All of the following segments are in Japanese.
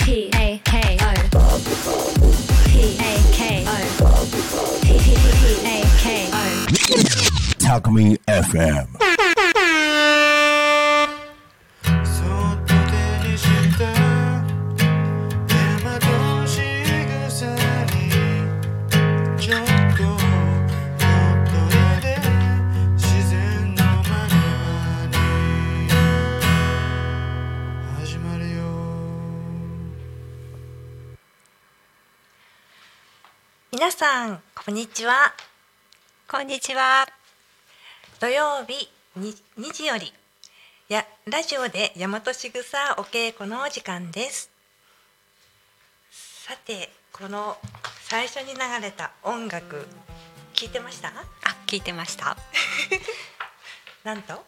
Talk Me FM。 皆さんこんにちは。 こんにちは。 土曜日 2時よりラジオで大和しぐさお稽古の時間です。さて、この最初に流れた音楽聞いてました？ 聞いてましたなんと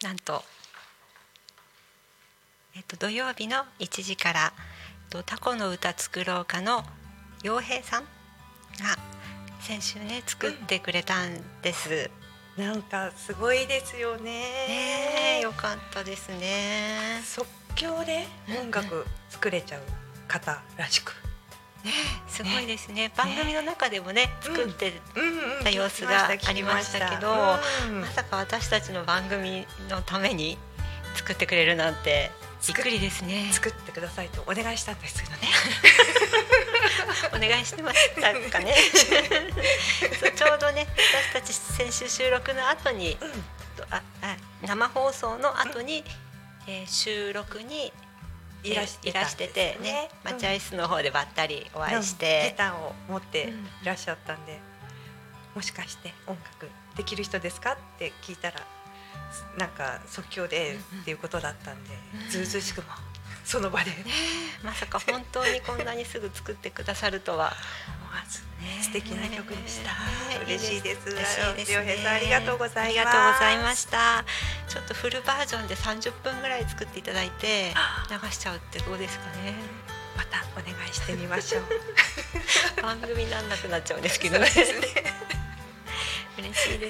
土曜日の1時からタコの歌作ろうかの陽平さんが先週ね作ってくれたんです。 なんかすごいですよね。 よかったですね。 即興で音楽作れちゃう方らしく、 すごいですね。番組の中でもね作ってた様子がありましたけど、まさか私たちの番組のために作ってくれるなんてびっくりですね。 作ってくださいとお願いしたんですけどねお願いしてましたかねそうちょうどね私たち先週収録の後に、生放送の後に、収録にいらしててね、待合室の方でばったりお会いして、 ギターを持っていらっしゃったんで、もしかして音楽できる人ですかって聞いたらなんか即興でっていうことだったんで、ずうずうしくもその場で、 まさか本当にこんなにすぐ作ってくださるとは思わず、素敵な曲でした。嬉しいです。 良平さんありがとうございました。ちょっとフルバージョンで30分ぐらい作っていただいて流しちゃうってどうですかね。 またお願いしてみましょう番組になんなくなっちゃうんですけどね嬉しいです。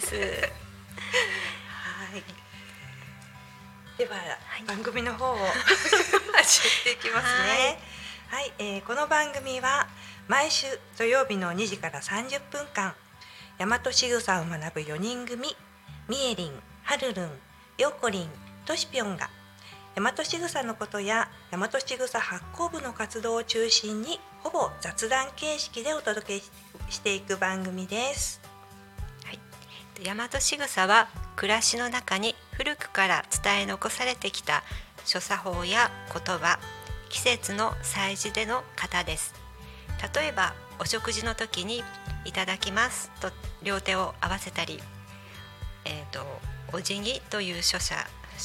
では、番組の方を始めていきますね。この番組は毎週土曜日の2時から30分間、大和しぐさを学ぶ4人組みえりん、はるるん、ようこりん、としぴょんが大和しぐさのことや大和しぐさ発行部の活動を中心にほぼ雑談形式でお届けしていく番組です。 大和しぐさは暮らしの中に古くから伝え残されてきた所作法や言葉、季節の祭事での型です。例えばお食事の時にいただきますと両手を合わせたり、お辞儀という所作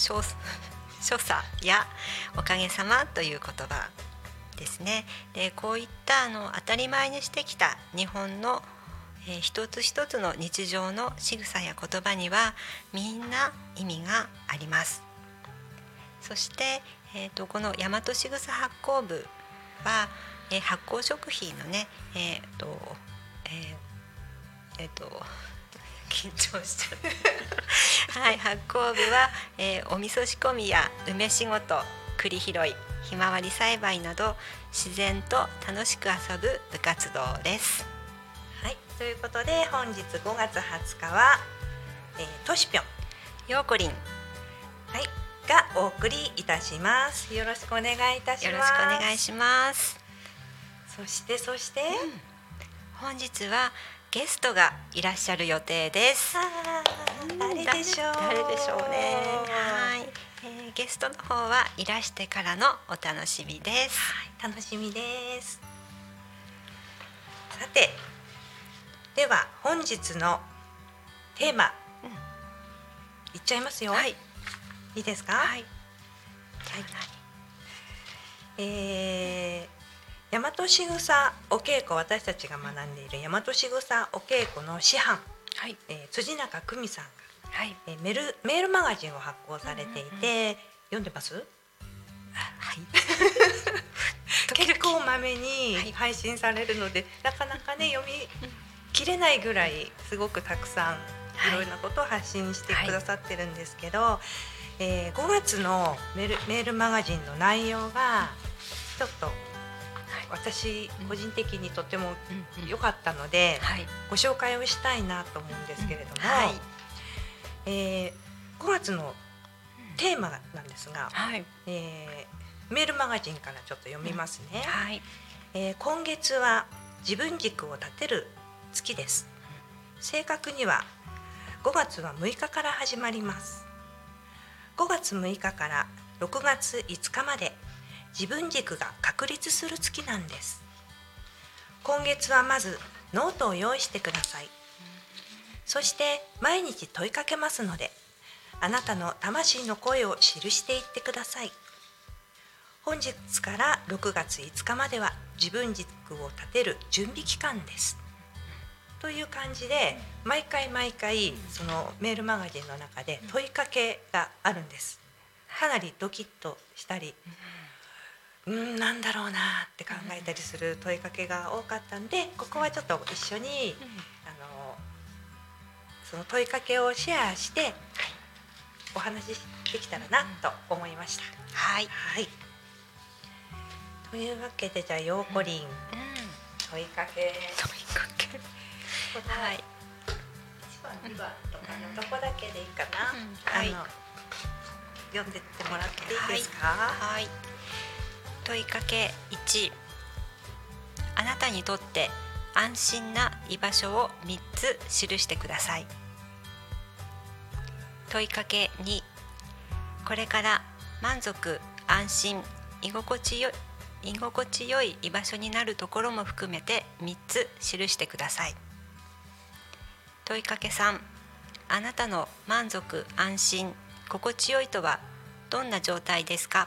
やおかげさまという言葉ですね。でこういった当たり前にしてきた日本の一つ一つの日常の仕草や言葉にはみんな意味があります。そして、この大和しぐさ発酵部は、発酵食品のね緊張しちゃった発酵部は、お味噌仕込みや梅仕事、栗拾い、ひまわり栽培など自然と楽しく遊ぶ部活動です。 ということで本日5月20日は、としぴょん、 ようこりん、 がお送りいたします。よろしくお願いいたします。 よろしくお願いします。 そして、 本日はゲストがいらっしゃる予定です。 誰でしょうね。ゲストの方はいらしてからのお楽しみです。 楽しみです。さて、では本日のテーマ、いっちゃいますよ。いいですか？大和しぐさお稽古、私たちが学んでいる大和しぐさお稽古の師範、辻中久美さんが、メールマガジンを発行されていて、読んでます？結構まめに配信されるので、なかなかね読み切れないぐらいすごくたくさんいろいろなことを発信してくださってるんですけど、5月のメールマガジンの内容がちょっと私個人的にとても良かったので、ご紹介をしたいなと思うんですけれども、5月のテーマなんですが、メールマガジンからちょっと読みますね。今月は自分軸を立てる月です。正確には5月は6日から始まります。5月6日から6月5日まで自分軸が確立する月なんです。今月はまずノートを用意してください。そして毎日問いかけますので、あなたの魂の声を記していってください。本日から6月5日までは自分軸を立てる準備期間です。という感じで、毎回そのメールマガジンの中で問いかけがあるんです。かなりドキッとしたり、なんだろうなって考えたりする問いかけが多かったんで、ここはちょっと一緒にその問いかけをシェアしてお話しできたらなと思いました。というわけで、じゃあようこりん、問いかけ1番2番とかのとこだけでいいかな、読んでってもらっていいですか？ 問いかけ1、あなたにとって安心な居場所を3つ記してください。問いかけ2、これから満足、安心、居心地よい居場所になるところも含めて3つ記してください。問いかけ3、あなたの満足、安心、心地よいとはどんな状態ですか？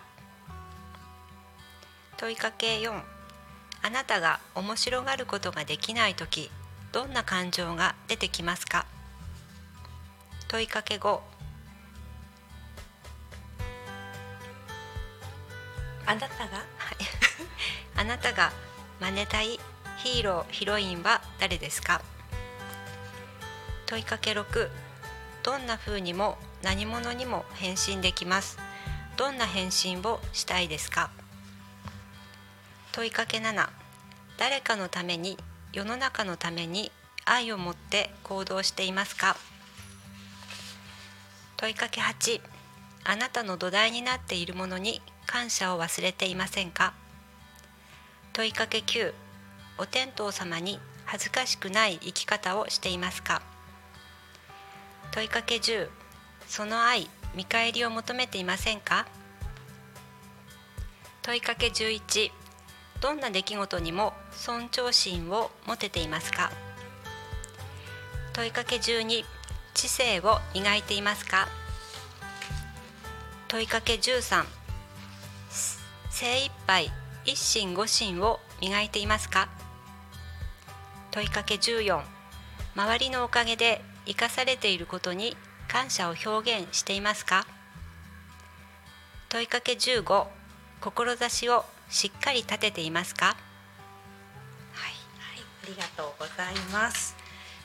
問いかけ4、あなたが面白がることができないとき、どんな感情が出てきますか？問いかけ5、 あなたがあなたが真似たいヒーロー・ヒロインは誰ですか？問いかけ6、どんな風にも何者にも変身できます。どんな変身をしたいですか？問いかけ7、誰かのために、世の中のために愛を持って行動していますか？問いかけ8、あなたの土台になっているものに感謝を忘れていませんか？問いかけ9、お天道様に恥ずかしくない生き方をしていますか？問いかけ10、その愛、見返りを求めていませんか？問いかけ11、どんな出来事にも尊重心を持てていますか？問いかけ12、知性を磨いていますか？問いかけ13、精一杯一心五心を磨いていますか？問いかけ14、周りのおかげで生かされていることに感謝を表現していますか？問いかけ15、志をしっかり立てていますか？ ありがとうございます。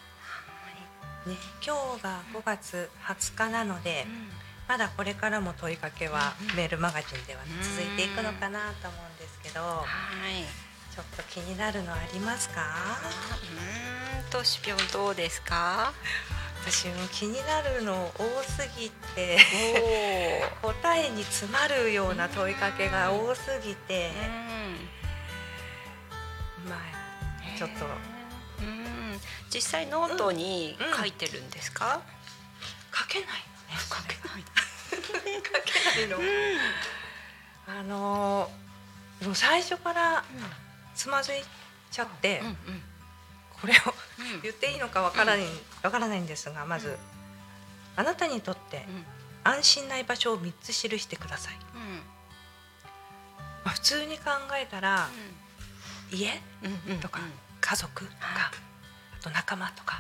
今日が5月20日なので、まだこれからも問いかけはメールマガジンでは続いていくのかなと思うんですけど、ちょっと気になるのありますか？ としぴょんどうですか？ 私も気になるの多すぎて答えに詰まるような問いかけが多すぎて、ちょっと実際ノートに書いてるんですか？ 書けないのね。書けないの。でも最初からつまずいちゃって、これを言っていいのかわからないんですが、まずあなたにとって安心な居場所を3つ記してください。普通に考えたら、家とか家族とか、あと仲間とか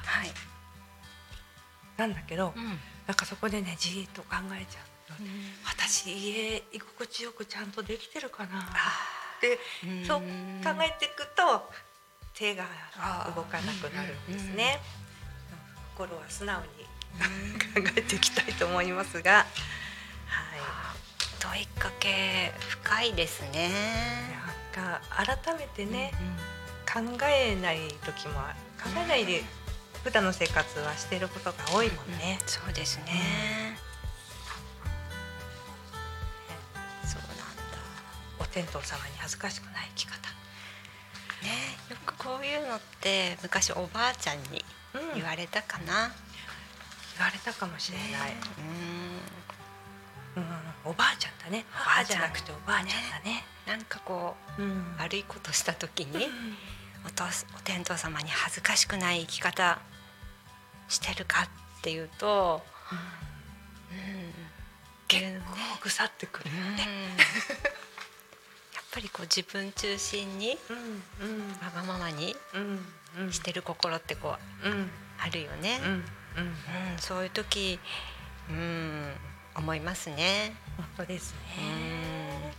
なんだけど、なんかそこでねじーっと考えちゃう。私家居心地よくちゃんとできてるかなってそう考えていくと手が動かなくなるんですね。心は素直に考えていきたいと思いますが、 問いかけ深いですね。 なんか改めてね、考えない時も考えないで普段の生活はしていることが多いもんね。 そうですね、そうなんだ。 お天道様に恥ずかしくない生き方ね、よくこういうのって昔おばあちゃんに言われたかな、 言われたかもしれない、 うんおばあちゃんだね。母じゃなくておばあちゃんだね。 なんかこう、悪いことした時に、お天道様に恥ずかしくない生き方してるかっていうと、 結構腐ってくるよね。 やっぱりこう自分中心に、わがままにしてる心ってこう、あるよね。そういう時、思いますね。 本当ですね。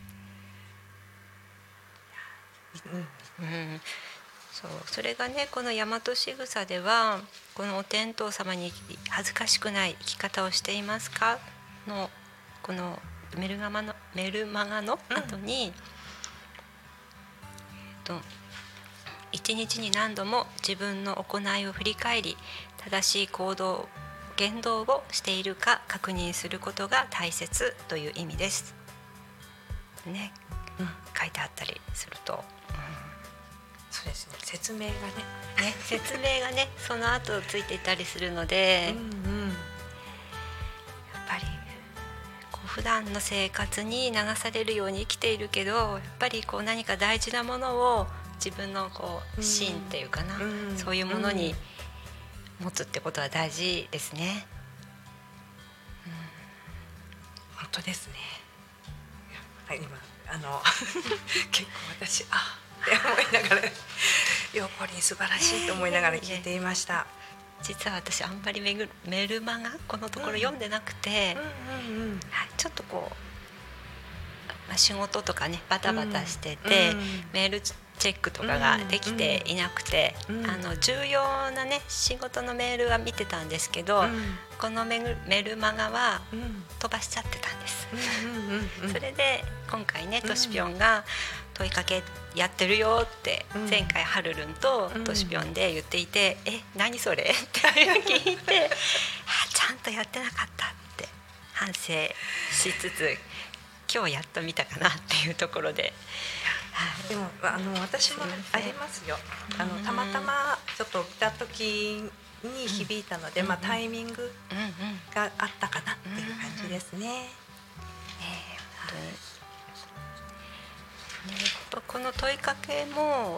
それがね、この大和しぐさではこのお天道様に恥ずかしくない生き方をしていますかのこのメルマガの後に、一日に何度も自分の行いを振り返り正しい言動をしているか確認することが大切という意味ですね、書いてあったりすると、 そうですね、説明がねその後ついていたりするので、やっぱりこう普段の生活に流されるように生きているけど、やっぱりこう何か大事なものを自分のこう芯っていうかな、そういうものに持つってことは大事ですね。 本当ですね。今結構私って思いながらヨーコリン素晴らしいと思いながら聞いていました。 実は私あんまりメルマガこのところ読んでなくて、ちょっとこう、仕事とかねバタバタしてて、メールチェックとかができていなくて、重要なね仕事のメールは見てたんですけど、このメルマガは飛ばしちゃってたんです。それで今回ねとしぴょんが問いかけやってるよって前回はるるんととしぴょんで言っていて、何それって聞いてちゃんとやってなかったって反省しつつ、今日やっと見たかなっていうところで、 でも私もありますよ。たまたまちょっと見た時に響いたので、タイミングがあったかなっていう感じですね。 この問いかけも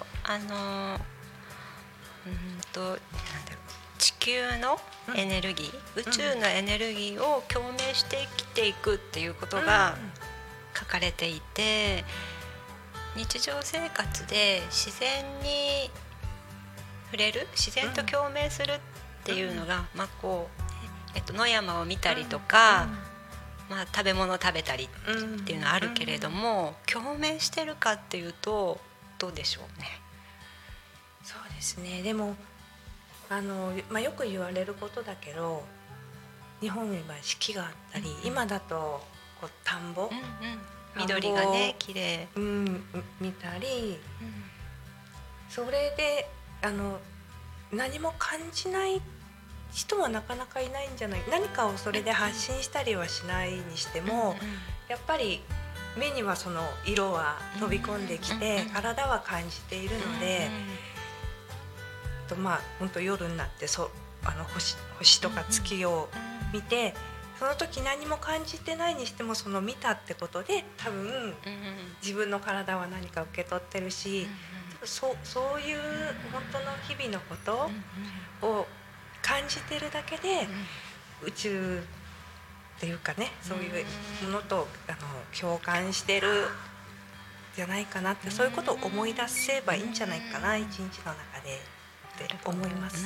地球のエネルギー、宇宙のエネルギーを共鳴して生きていくっていうことが書かれていて、日常生活で自然に触れる、自然と共鳴するっていうのが、野山を見たりとか、食べ物を食べたりっていうのはあるけれども、共鳴してるかっていうとどうでしょうね。 そうですね。でもよく言われることだけど、日本には四季があったり、今だとこう田んぼ、 緑がね綺麗、 見たり、それで何も感じない人はなかなかいないんじゃない。何かをそれで発信したりはしないにしても、やっぱり目にはその色は飛び込んできて、体は感じているので、本当夜になって星とか月を見て、その時何も感じてないにしても、その見たってことで多分自分の体は何か受け取ってるし、そういう本当の日々のことを感じてるだけで、宇宙っていうかね、そういうものと共感してるじゃないかなって、そういうことを思い出せばいいんじゃないかな、一日の中でって思います。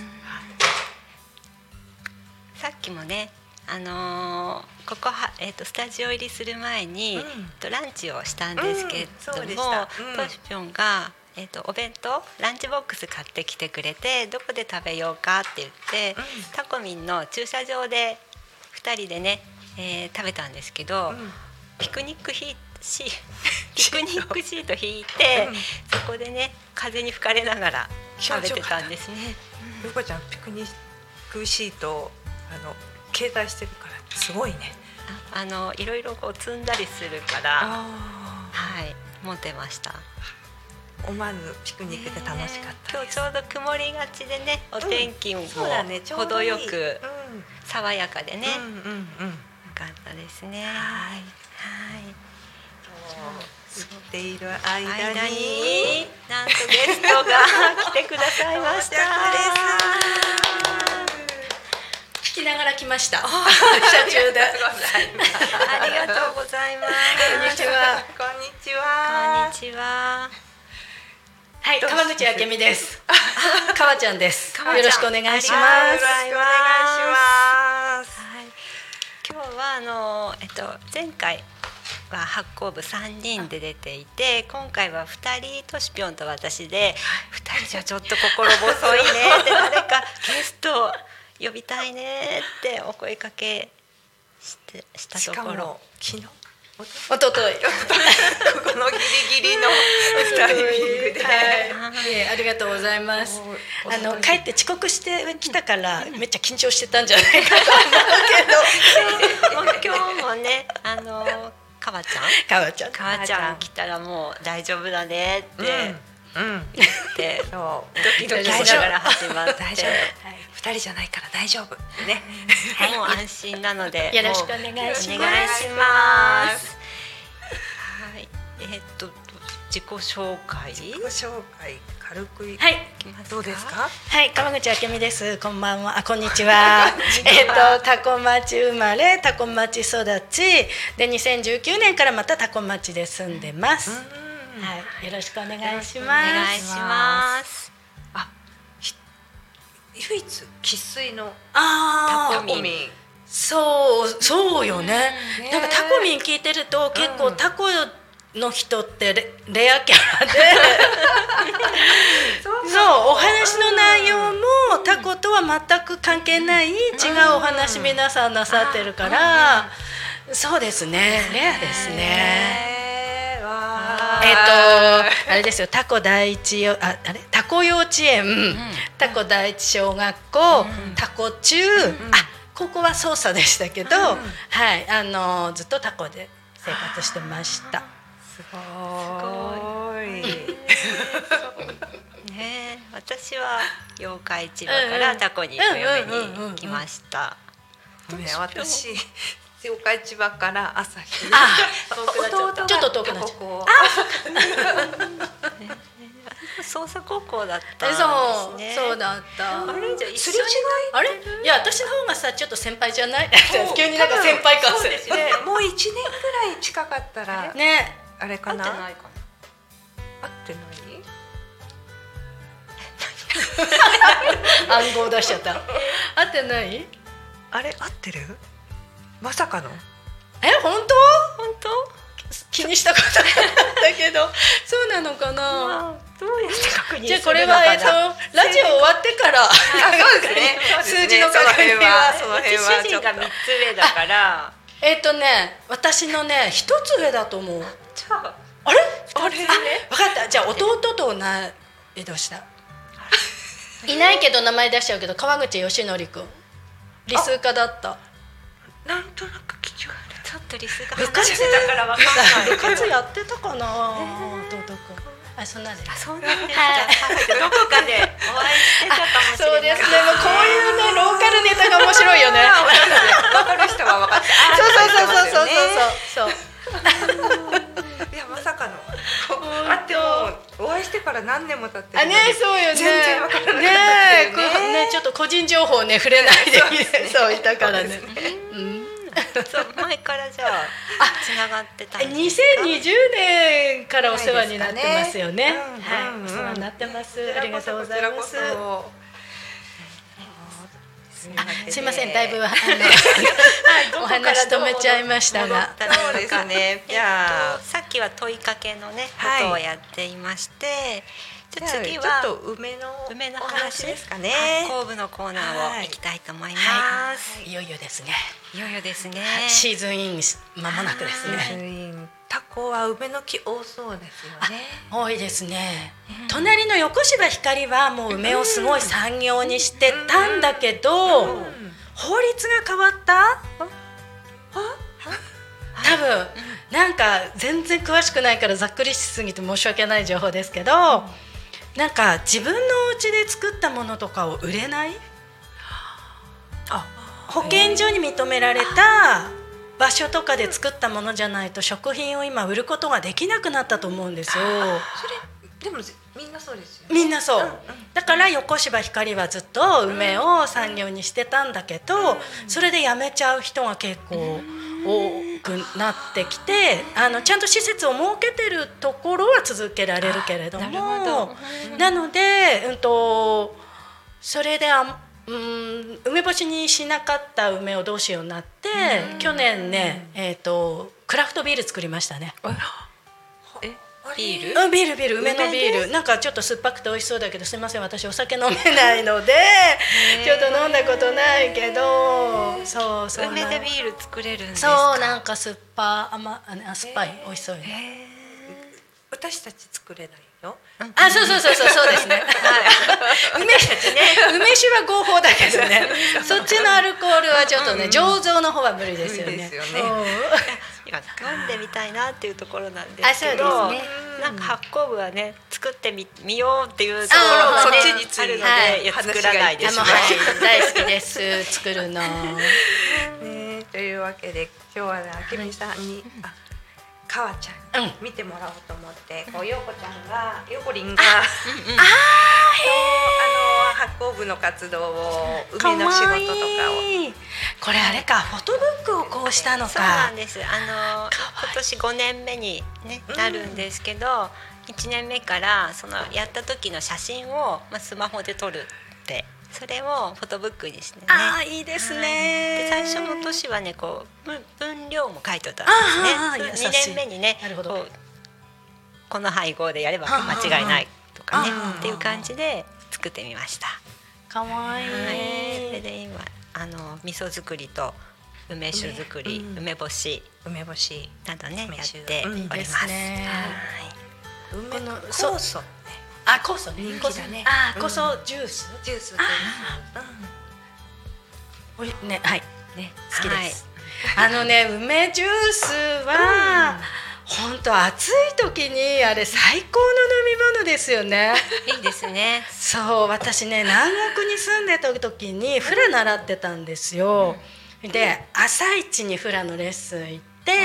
さっきもねここスタジオ入りする前に、ランチをしたんですけれども、としぴょんが、お弁当ランチボックス買ってきてくれて、どこで食べようかって言って、タコミンの駐車場で2人でね、食べたんですけど、ピクニックピクニックシート引いて、そこでね風に吹かれながら食べてたんですね。 ゆかちゃんピクニックシートを携帯してるからすごいね。 いろいろこう積んだりするから、はい、持ってました。 思わぬピクニックで楽しかったです。 今日ちょうど曇りがちでね、お天気も程よく爽やかでね、よかったですね。はい。 吸っている間になんとゲストが来てくださいました。 聞きながら来ました。車中で。ありがとうございます。 こんにちは。こんにちは。 こんにちは。 はい、川口明美です。川ちゃんです。よろしくお願いします。 よろしくお願いします。 今日は前回は発行部3人で出ていて、今回は2人としぴょんと私で、2人じゃちょっと心細いねって誰かゲスト呼びたいねってお声かけしたところ、 昨日おとといここのギリギリのタイミングで、 ありがとうございます。帰って遅刻してきたからめっちゃ緊張してたんじゃないかと思うけど今日もね川ちゃん来たらもう大丈夫だねって言ってドキドキしながら始まって大丈夫、2人じゃないから大丈夫ね、 もう安心なのでよろしくお願いします。 はい、自己紹介軽くいきます。どうですか？ はい、川口明美です。こんばんは。こんにちは。多古町生まれ、多古町育ちで、2019年からまた多古町で住んでます。はい、よろしくお願いします。 お願いします。 唯一生粋のタコミン。 そうよね。なんかタコミン聞いてると結構タコの人ってレアキャラでそうお話の内容もタコとは全く関係ない違うお話皆さんなさってるから、そうですね、レアですね。あれですよ、タコ第一タコ幼稚園、タコ第一小学校、タコ中、ここは操作でしたけど、はい、ずっとタコで生活してました。 すごいね、私は妖怪市場からタコにお嫁に来ました。 私妖怪市場から朝日。 ちょっと遠くなっちゃう。 捜査高校だったんですね。 そうだった。 あれじゃ一緒にあれ？いや、私の方がさちょっと先輩じゃない？急になんか先輩感する。 もう1年くらい近かったらね、 あれかな。 合ってないかな。 合ってない？ 暗号出しちゃった。合ってない？ あれ合ってる？まさかの？ 本当？気にしたことないんだけど、そうなのかな。 どうやって確認するのかな。 じゃあこれはラジオ終わってからそうですね。 数字の確認はその辺は主人が3つ上だから。 私のね1つ上だと思う。 じゃああれ？分かった。じゃあ弟と同い年だ。いないけど名前出しちゃうけど、川口義則君、理数科だった。 なんとなく聞き悪い。 ちょっと理数科話してたから分かんない。 部活やってたかな、弟君。そんなで。 そうなんですか。どこかでお会いしてたかもしれない。 そうですね。もうこういうねローカルネタが面白いよね。 分かる人は分かって。 そう。 いやまさかの。でもお会いしてから何年も経ってるのに。 そうよね。 全然分からなかったね。ちょっと個人情報ね触れないでそういたからね。 そう前からじゃあつながってたんですか。 2020年からお世話になってますよね。はい、お世話になってます。ありがとうございます。すいません、だいぶお話止めちゃいましたが。 そうですね。 さっきは問いかけのねことをやっていまして、じゃあ次はちょっと梅のお話ですかね。 工部のコーナーを行きたいと思います。 いよいよですね。 いよいよですね。 シーズンイン間もなくですね。 シーズンインタコは梅の木多そうですよね。 多いですね。隣の横芝光はもう梅をすごい産業にしてたんだけど、法律が変わった。多分なんか全然詳しくないからざっくりしすぎて申し訳ない情報ですけど、なんか自分のお家で作ったものとかを売れない、保健所に認められた場所とかで作ったものじゃないと食品を今売ることができなくなったと思うんですよ。 それでもみんなそうですよね。 みんなそう、だから横芝光はずっと梅を産業にしてたんだけど、それで辞めちゃう人が結構多くなってきて、ちゃんと施設を設けてるところは続けられるけれども、なので、それで梅干しにしなかった梅をどうしようになって、去年ね、クラフトビール作りましたね。 ビール梅のビール、なんかちょっと酸っぱくて美味しそうだけど、すみません私お酒飲めないのでちょっと飲んだことないけど、そう梅でビール作れるんですか。 か。 なんか酸っぱい美味しそうよね。 私たち作れないよ。 そうですね。梅酒は合法だけどね。そっちのアルコールはちょっとね、醸造の方は無理ですよね。 飲んでみたいなっていうところなんですけど、なんか発酵部はね作ってみようっていうところがねあるので、作らないですね。 大好きです作るの。 というわけで今日はね、あけみさんにかわちゃん見てもらおうと思って、よこりんが発酵部の活動を、梅の仕事とかを、 これあれか、フォトブックをこうしたのか。 そうなんです。今年5年目に、なるんですけど、1年目からそのやった時の写真を、スマホで撮るって、それをフォトブックにしてね。 いいですね。 で最初の年はね、こう分量も書いてたんですね。2年目にね、この配合でやれば間違いないとかねっていう感じで作ってみました。 かわいい。 それで今味噌作りと梅酒作り、梅干しなどねやっております。 梅の酵素ね。 酵素ね。 人気だね。 酵素ジュース。ね、はい。ね、好きです。梅ジュースは本当暑い時にあれ最高の飲み物ですよね。 いいですね。 そう、私ね、南国に住んでた時にフラ習ってたんですよ。で、朝一にフラのレッスン行って、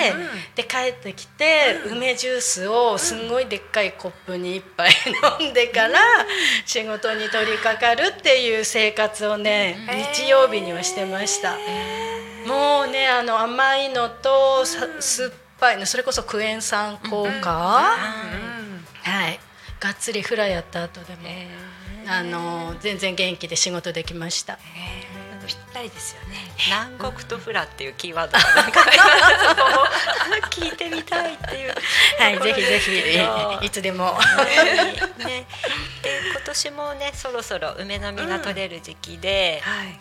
で帰ってきて、梅ジュースをすんごいでっかいコップに一杯飲んでから仕事に取り掛かるっていう生活をね、日曜日にはしてました。もうね、甘いのと酸っぱいの、それこそクエン酸効果、はい、がっつりフラやった後でも、全然元気で仕事できました。 ぴったりですよね。 南国とフラっていうキーワードがなんか聞いてみたいっていう。 はい、ぜひぜひいつでも。 で今年もね、そろそろ梅の実が取れる時期で、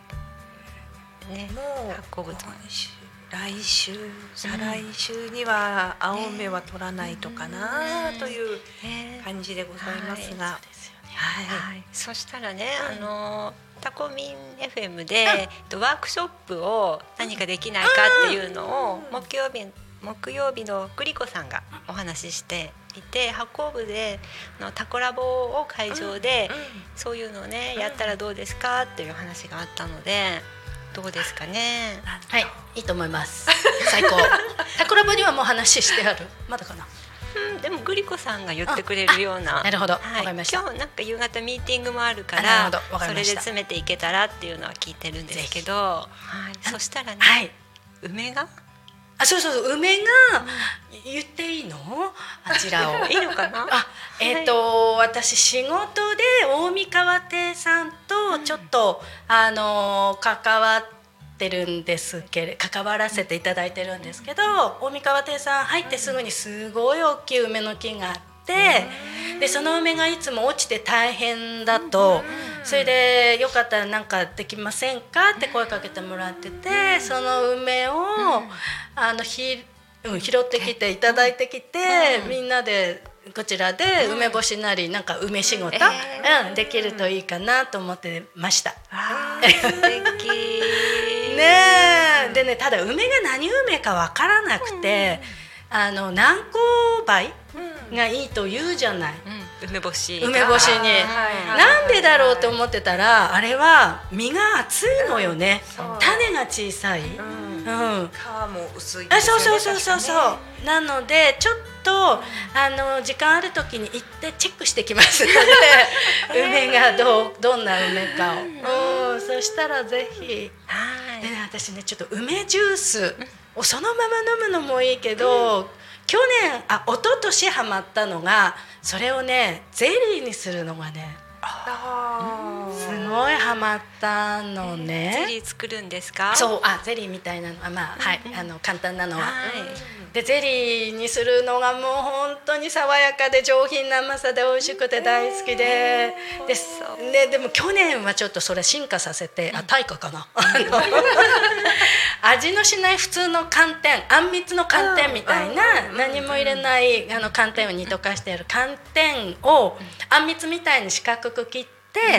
もう発酵物来週再来週には青梅は取らないとかなという感じでございますが、 そしたらね、タコミン FM でワークショップを何かできないかっていうのを木曜日のグリコさんがお話ししていて、発酵部でタコラボを会場でそういうのをねやったらどうですかっていう話があったので、どうですかね。 はい、いいと思います。最高。タコラボにはもう話してある。まだかな。 でもグリコさんが言ってくれるような。 なるほど。わかりました。 今日なんか夕方ミーティングもあるから、それで詰めていけたらっていうのは聞いてるんですけど、そしたらね、梅が。 そう梅が言っていいの？あちらを。 いいのかな？ 私仕事で大三川亭さんとちょっと関わってるんですけれ、関わらせていただいてるんですけど、大三川亭さん入ってすぐにすごい大きい梅の木があって、でその梅がいつも落ちて大変だと、それでよかったらなんかできませんかって声かけてもらってて、その梅を拾ってきていただいてきて、みんなでこちらで梅干しなりなんか梅仕事、できるといいかなと思ってました。 素敵ね。でね、ただ梅が何梅かわからなくて、南高梅がいいと言うじゃない、 梅干しに。 なんでだろうと思ってたら、あれは実が厚いのよね、種が小さい、皮も薄いですよね。 そうなのでちょっと時間ある時に行ってチェックしてきますので梅がどんな梅かを、そしたらぜひ。でね、私ねちょっと梅ジュースをそのまま飲むのもいいけど、一昨年ハマったのが、それをねゼリーにするのがねすごいハマったのね。 ゼリー作るんですか？ そう、ゼリーみたいなのは簡単なのは、でゼリーにするのがもう本当に爽やかで上品な甘さで美味しくて大好きで、でも去年はちょっとそれ進化させて、対価かな味のしない普通の寒天、あんみつの寒天みたいな、何も入れない寒天を煮溶かしてある寒天をあんみつみたいに四角く切って、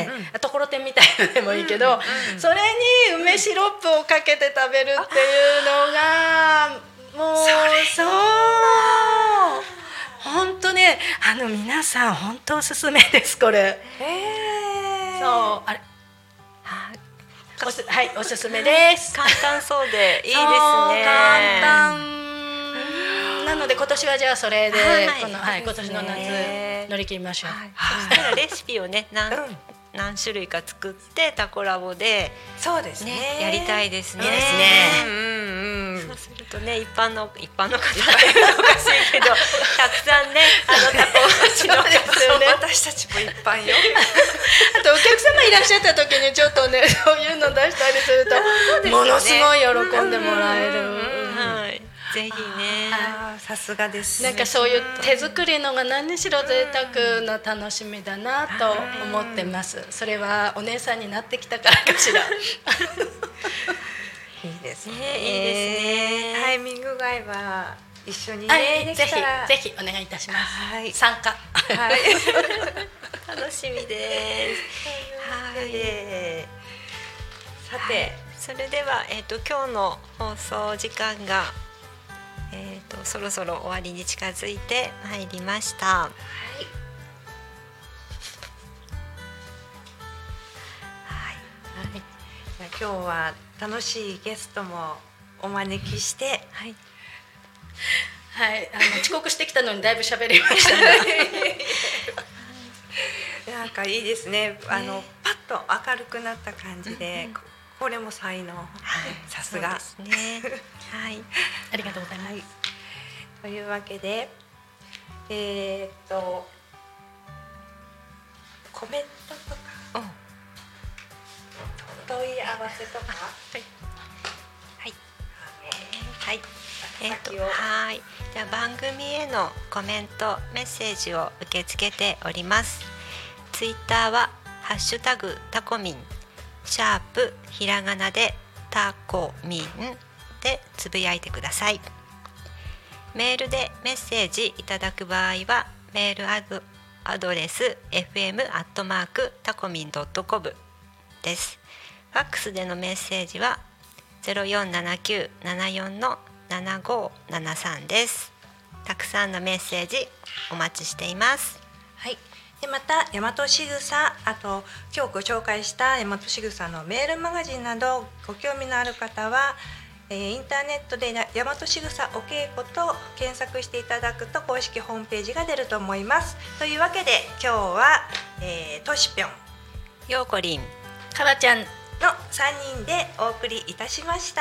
ところてんみたいなのでもいいけど、それに梅シロップをかけて食べるっていうのがもうそう本当ね、皆さん本当おすすめですこれ。そうあれおすすめです。 簡単そうでいいですね。 簡単なので今年はじゃあそれで今年の夏乗り切りましょう。 そしたらレシピをね何種類か作ってタコラボでそうですねやりたいですね。そうするとね、一般の方おかしいけどたくさんねタコ町の私たちも一般よ。 あとお客様いらっしゃった時にちょっとねそういうの出したりするとものすごい喜んでもらえる。 ぜひね。 さすがです。 なんかそういう手作りのが何しろ贅沢な楽しみだなと思ってます。それはお姉さんになってきたからかしら。 いいですね。 いいですね。 タイミングが合えば一緒にぜひお願いいたします。参加。 楽しみです。 さて、 それでは今日の放送時間がそろそろ終わりに近づいてまいりました。 今日は楽しいゲストもお招きして、 遅刻してきたのにだいぶ喋りました。 なんかいいですね。パッと明るくなった感じで、これも才能。さすがですね。 ありがとうございます。 というわけで、コメントとか、問い合わせとか、 じゃあ番組へのコメントメッセージを受け付けております。ツイッターはハッシュタグタコミン#ひらがなでタコミンでつぶやいてください。メールでメッセージいただく場合はメールアドレス fm@tacomin.com です。ファックスでのメッセージは 047974-7573 です。たくさんのメッセージお待ちしています。 でまた大和しぐさ、あと今日ご紹介した大和しぐさのメールマガジンなどご興味のある方は、インターネットで大和しぐさお稽古と検索していただくと公式ホームページが出ると思います。というわけで今日は、としぴょん、 ようこりん、 かばちゃんの 3人でお送りいたしました。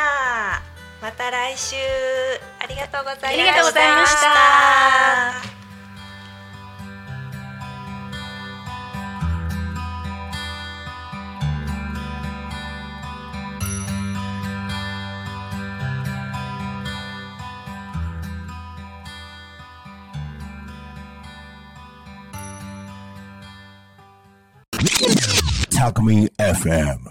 また来週。ありがとうございました。 ありがとうございました。 Talk Me FM